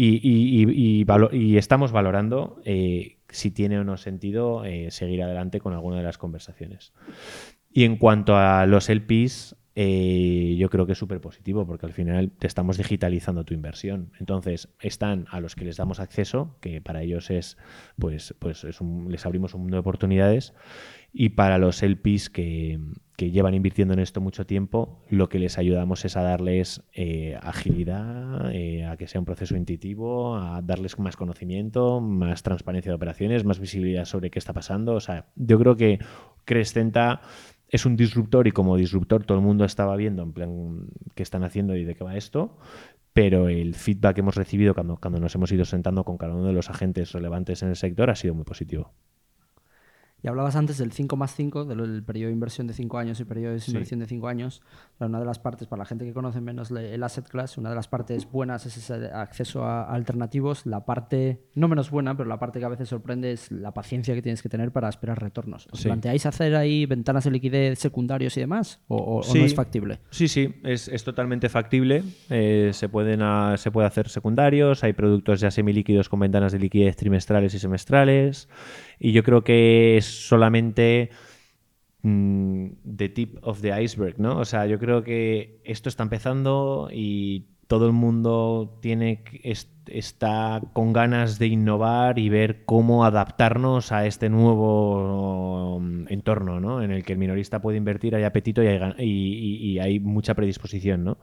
y estamos valorando si tiene o no sentido seguir adelante con alguna de las conversaciones. Y en cuanto a los LPs, yo creo que es súper positivo porque al final te estamos digitalizando tu inversión. Entonces, están a los que les damos acceso, que para ellos es, les abrimos un mundo de oportunidades, y para los LPs que llevan invirtiendo en esto mucho tiempo, lo que les ayudamos es a darles agilidad, a que sea un proceso intuitivo, a darles más conocimiento, más transparencia de operaciones, más visibilidad sobre qué está pasando. O sea, yo creo que Crescenta es un disruptor y como disruptor todo el mundo estaba viendo en plan qué están haciendo y de qué va esto, pero el feedback que hemos recibido cuando nos hemos ido sentando con cada uno de los agentes relevantes en el sector ha sido muy positivo. Y hablabas antes del 5+5, del periodo de inversión de 5 años y periodo de inversión de 5 años. Una de las partes, para la gente que conoce menos el asset class, una de las partes buenas es ese acceso a alternativos. La parte no menos buena, pero la parte que a veces sorprende es la paciencia que tienes que tener para esperar retornos. ¿Os planteáis hacer ahí ventanas de liquidez secundarios y demás? ¿O no es factible? Sí, es totalmente factible. Se puede hacer secundarios, hay productos ya semilíquidos con ventanas de liquidez trimestrales y semestrales. Y yo creo que es solamente the tip of the iceberg, ¿no? O sea, yo creo que esto está empezando y todo el mundo está con ganas de innovar y ver cómo adaptarnos a este nuevo entorno, ¿no? En el que el minorista puede invertir, hay apetito y hay mucha predisposición, ¿no?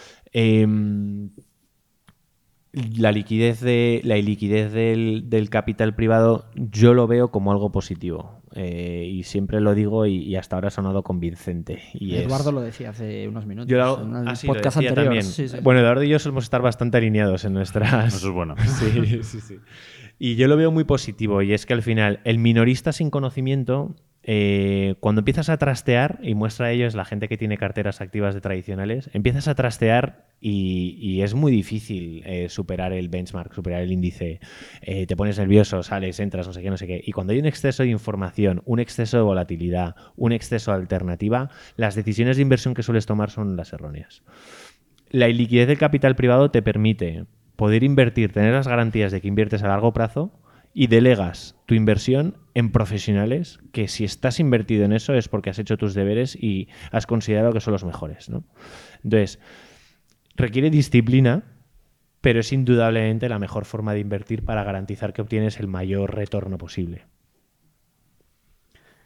La illiquidez del capital privado yo lo veo como algo positivo y siempre lo digo y hasta ahora ha sonado convincente. Y Eduardo lo decía hace unos minutos en el sí, podcast lo decía anterior. También. Sí. Bueno, Eduardo y yo solemos estar bastante alineados en nuestras... Eso es bueno. Sí. Y yo lo veo muy positivo y es que al final el minorista sin conocimiento, cuando empiezas a trastear, y muestra ello es la gente que tiene carteras activas de tradicionales, empiezas a trastear y es muy difícil superar el benchmark, superar el índice. Te pones nervioso, sales, entras, no sé qué. Y cuando hay un exceso de información, un exceso de volatilidad, un exceso de alternativa, las decisiones de inversión que sueles tomar son las erróneas. La illiquidez del capital privado te permite poder invertir, tener las garantías de que inviertes a largo plazo y delegas tu inversión en profesionales que si estás invertido en eso es porque has hecho tus deberes y has considerado que son los mejores, ¿no? Entonces, requiere disciplina, pero es indudablemente la mejor forma de invertir para garantizar que obtienes el mayor retorno posible.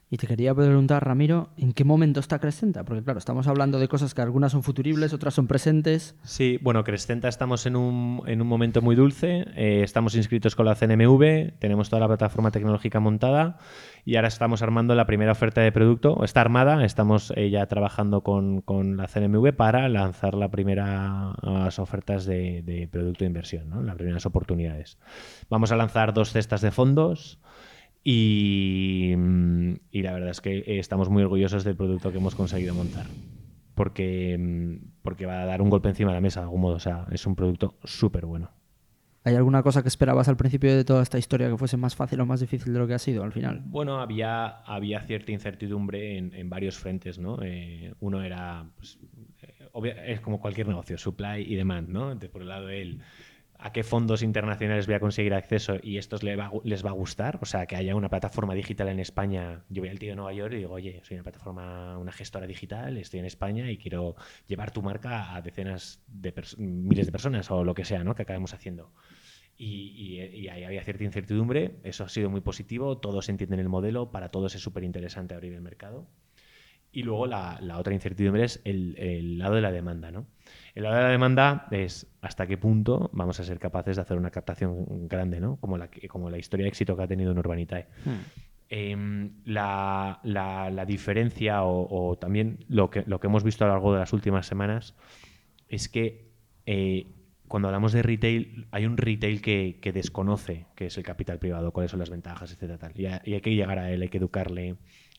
Y te quería preguntar, Ramiro, ¿en qué momento está Crescenta? Porque claro, estamos hablando de cosas que algunas son futuribles, otras son presentes. Sí, bueno, Crescenta estamos en un momento muy dulce. Estamos inscritos con la CNMV, tenemos toda la plataforma tecnológica montada y ahora estamos armando la primera oferta de producto. Está armada, estamos ya trabajando con la CNMV para lanzar las primeras ofertas de producto de inversión, ¿no? Las primeras oportunidades. Vamos a lanzar 2 cestas de fondos. Y la verdad es que estamos muy orgullosos del producto que hemos conseguido montar. Porque va a dar un golpe encima de la mesa de algún modo. O sea, es un producto súper bueno. ¿Hay alguna cosa que esperabas al principio de toda esta historia que fuese más fácil o más difícil de lo que ha sido al final? Bueno, había cierta incertidumbre en varios frentes, ¿no? Uno era, pues, es como cualquier negocio, supply y demand, ¿no? Entonces, por el lado de él, ¿a qué fondos internacionales voy a conseguir acceso y estos les va a gustar? O sea, que haya una plataforma digital en España. Yo voy al tío de Nueva York y digo, oye, soy una gestora digital, estoy en España y quiero llevar tu marca a decenas de miles de personas o lo que sea, ¿no? Que acabemos haciendo. Y ahí había cierta incertidumbre. Eso ha sido muy positivo. Todos entienden el modelo. Para todos es súper interesante abrir el mercado. Y luego la otra incertidumbre es el lado de la demanda, ¿no? El lado de la demanda es hasta qué punto vamos a ser capaces de hacer una captación grande, ¿no? Como la historia de éxito que ha tenido en Urbanitae. La diferencia o también lo que hemos visto a lo largo de las últimas semanas es que cuando hablamos de retail, hay un retail que desconoce qué es el capital privado, cuáles son las ventajas, etcétera, tal. Y hay que llegar a él, hay que educarle.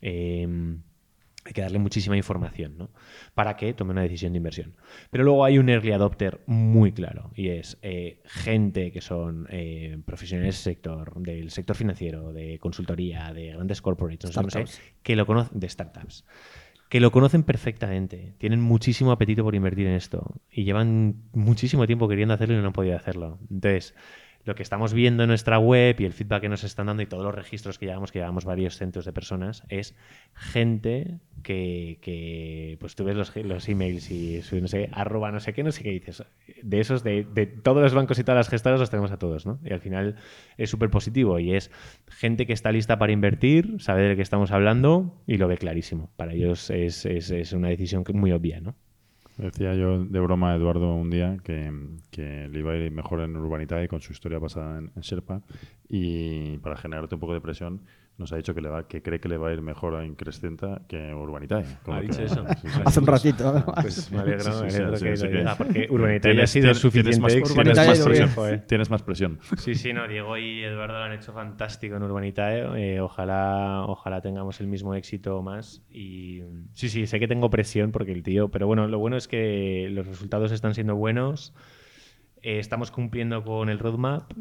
Hay que darle muchísima información, ¿no? Para que tome una decisión de inversión. Pero luego hay un early adopter muy claro y es gente que son profesionales del sector financiero, de consultoría, de grandes corporates, no sé, que lo conocen, de startups, que lo conocen perfectamente, tienen muchísimo apetito por invertir en esto y llevan muchísimo tiempo queriendo hacerlo y no han podido hacerlo. Entonces, lo que estamos viendo en nuestra web y el feedback que nos están dando y todos los registros que llevamos varios cientos de personas, es gente que pues tú ves los emails y no sé, arroba no sé qué dices. De esos, de todos los bancos y todas las gestoras los tenemos a todos, ¿no? Y al final es súper positivo y es gente que está lista para invertir, sabe de qué estamos hablando y lo ve clarísimo. Para ellos es una decisión muy obvia, ¿no? Decía yo de broma a Eduardo un día que le iba a ir mejor en Urbanitae con su historia basada en Sherpa y para generarte un poco de presión nos ha dicho que cree que le va a ir mejor en Crescenta que en Urbanitae. ¿Ha dicho eso? Sí. Hace un ratito. Pues me alegro, Sí, que sí, lo que diga, porque Urbanitae ya ha sido suficiente éxito. Tienes más presión. Sí, no, Diego y Eduardo lo han hecho fantástico en Urbanitae. Ojalá tengamos el mismo éxito más. Y sí, sé que tengo presión porque el tío, pero bueno, lo bueno es que los resultados están siendo buenos. Estamos cumpliendo con el roadmap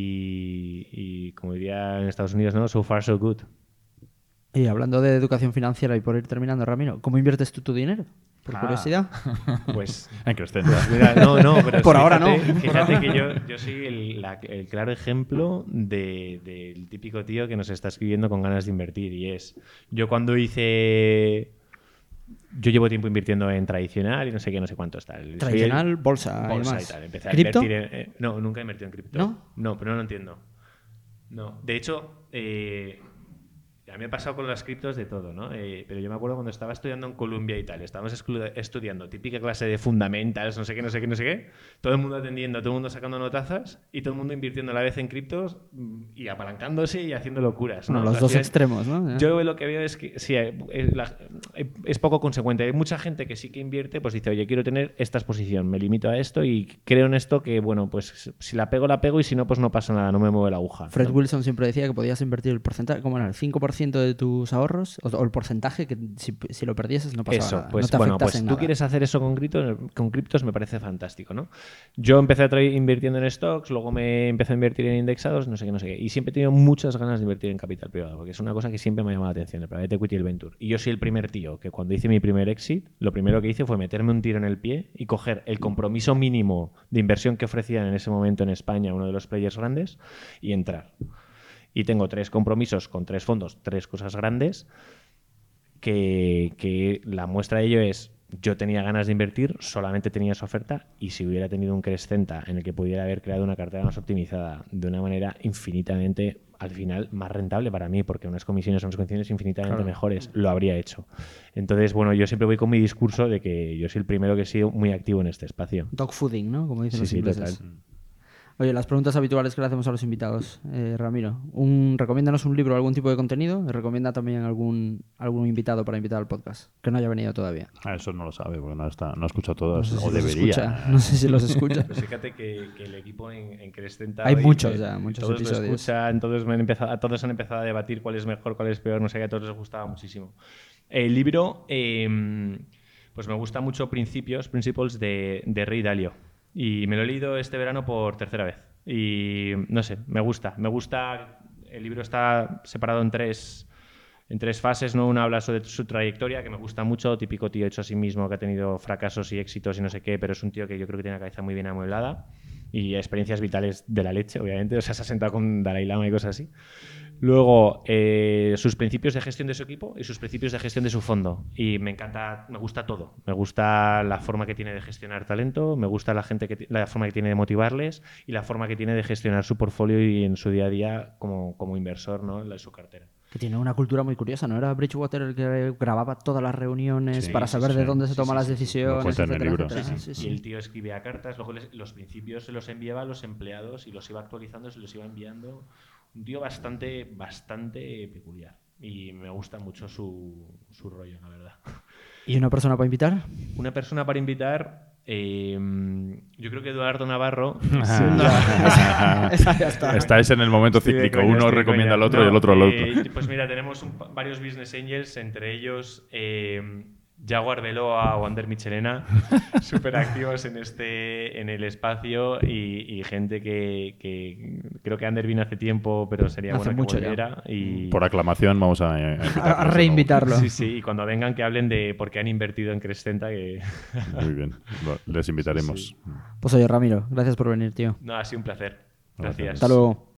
y como diría en Estados Unidos, ¿no? So far, so good. Y hablando de educación financiera y por ir terminando, Ramiro, ¿cómo inviertes tú tu dinero? Por curiosidad. Pues en Crescenta. Mira, no, pero por ahora no. Fíjate que yo soy el claro ejemplo del típico tío que nos está escribiendo con ganas de invertir. Y es, yo llevo tiempo invirtiendo en tradicional y no sé qué, no sé cuánto está. Tradicional, bolsa y tal. Empecé a ¿Cripto? invertir no, nunca he invertido en cripto. ¿No? Pero no lo entiendo. No, de hecho, a mí me ha pasado con las criptos de todo, ¿no? Pero yo me acuerdo cuando estaba estudiando en Columbia y tal, estábamos estudiando típica clase de fundamentals, no sé qué, todo el mundo atendiendo, todo el mundo sacando notazas y todo el mundo invirtiendo a la vez en criptos y apalancándose y haciendo locuras, ¿no? Bueno, los dos extremos, ¿no? Yo lo que veo es que sí, es poco consecuente. Hay mucha gente que sí que invierte, pues dice, oye, quiero tener esta exposición, me limito a esto y creo en esto que, bueno, pues si la pego y si no, pues no pasa nada, no me mueve la aguja. Fred ¿no? Wilson siempre decía que podías invertir el porcentaje, ¿cómo era? El 5% de tus ahorros o el porcentaje que si lo perdieses no pasaba nada. Pues no te bueno, pues tú nada. quieres hacer eso con criptos me parece fantástico, ¿no? Yo empecé invirtiendo en stocks, luego me empecé a invertir en indexados, no sé qué, y siempre he tenido muchas ganas de invertir en capital privado, porque es una cosa que siempre me ha llamado la atención, el private equity y el venture. Y yo soy el primer tío que cuando hice mi primer exit, lo primero que hice fue meterme un tiro en el pie y coger el compromiso mínimo de inversión que ofrecían en ese momento en España uno de los players grandes y entrar. Y tengo 3 compromisos con 3 fondos, 3 cosas grandes, que la muestra de ello es, yo tenía ganas de invertir, solamente tenía esa oferta, y si hubiera tenido un Crescenta en el que pudiera haber creado una cartera más optimizada de una manera infinitamente al final más rentable para mí, porque unas comisiones son condiciones infinitamente mejores. Lo habría hecho. Entonces, bueno, yo siempre voy con mi discurso de que yo soy el primero que he sido muy activo en este espacio. Dogfooding, ¿no? Como dicen los Sí, ingleses. total. Oye, las preguntas habituales que le hacemos a los invitados. Ramiro, recomiéndanos un libro o algún tipo de contenido. Recomienda también algún invitado para invitar al podcast, que no haya venido todavía. Eso no lo sabe, porque no escucha todas, No sé si o los debería. escucha, no sé si los escucha. Pues fíjate que el equipo en Crestenta... Hay hoy muchos me- ya, muchos todos episodios. Lo escuchan, todos han empezado a debatir cuál es mejor, cuál es peor, no sé qué, a todos les gustaba muchísimo. El libro, pues me gusta mucho Principles de Ray Dalio. Y me lo he leído este verano por tercera vez. Y no sé, me gusta. El libro está separado en tres fases, ¿no? Una habla sobre su trayectoria, que me gusta mucho, típico tío hecho a sí mismo, que ha tenido fracasos y éxitos y no sé qué, pero es un tío que yo creo que tiene la cabeza muy bien amueblada y experiencias vitales de la leche, obviamente. O sea, se ha sentado con Dalai Lama y cosas así. Luego, sus principios de gestión de su equipo y sus principios de gestión de su fondo. Y me encanta, me gusta todo. Me gusta la forma que tiene de gestionar talento, me gusta la forma que tiene de motivarles y la forma que tiene de gestionar su portfolio y en su día a día como inversor, ¿no? En su cartera. Que tiene una cultura muy curiosa, ¿no? Era Bridgewater el que grababa todas las reuniones Sí, para saber de dónde se toman las Lo decisiones, cuenta en el etcétera, libro. etcétera. Sí. Sí. Y el tío escribía cartas, luego los principios se los enviaba a los empleados y los iba actualizando, se los iba enviando. Un tío bastante peculiar. Y me gusta mucho su rollo, la verdad. ¿Y una persona para invitar? Una persona para invitar, yo creo que Eduardo Navarro. Esa ya está. Estáis en el momento Estoy de cíclico. coña, Uno estoy de recomienda coña. al otro y el otro al otro. Pues mira, tenemos varios business angels, entre ellos Jaguar Veloa o Ander Michelena, súper activos en el espacio y gente que creo que Ander vino hace tiempo, pero sería Hace bueno mucho que ya. volviera. Y, Por aclamación vamos a invitarlos de A nuevo. reinvitarlo. sí, y cuando vengan que hablen de por qué han invertido en Crestenta, que Muy bien. Les invitaremos. Sí. Pues oye, Ramiro, gracias por venir, tío. no, ha sido un placer. Gracias. Hasta luego.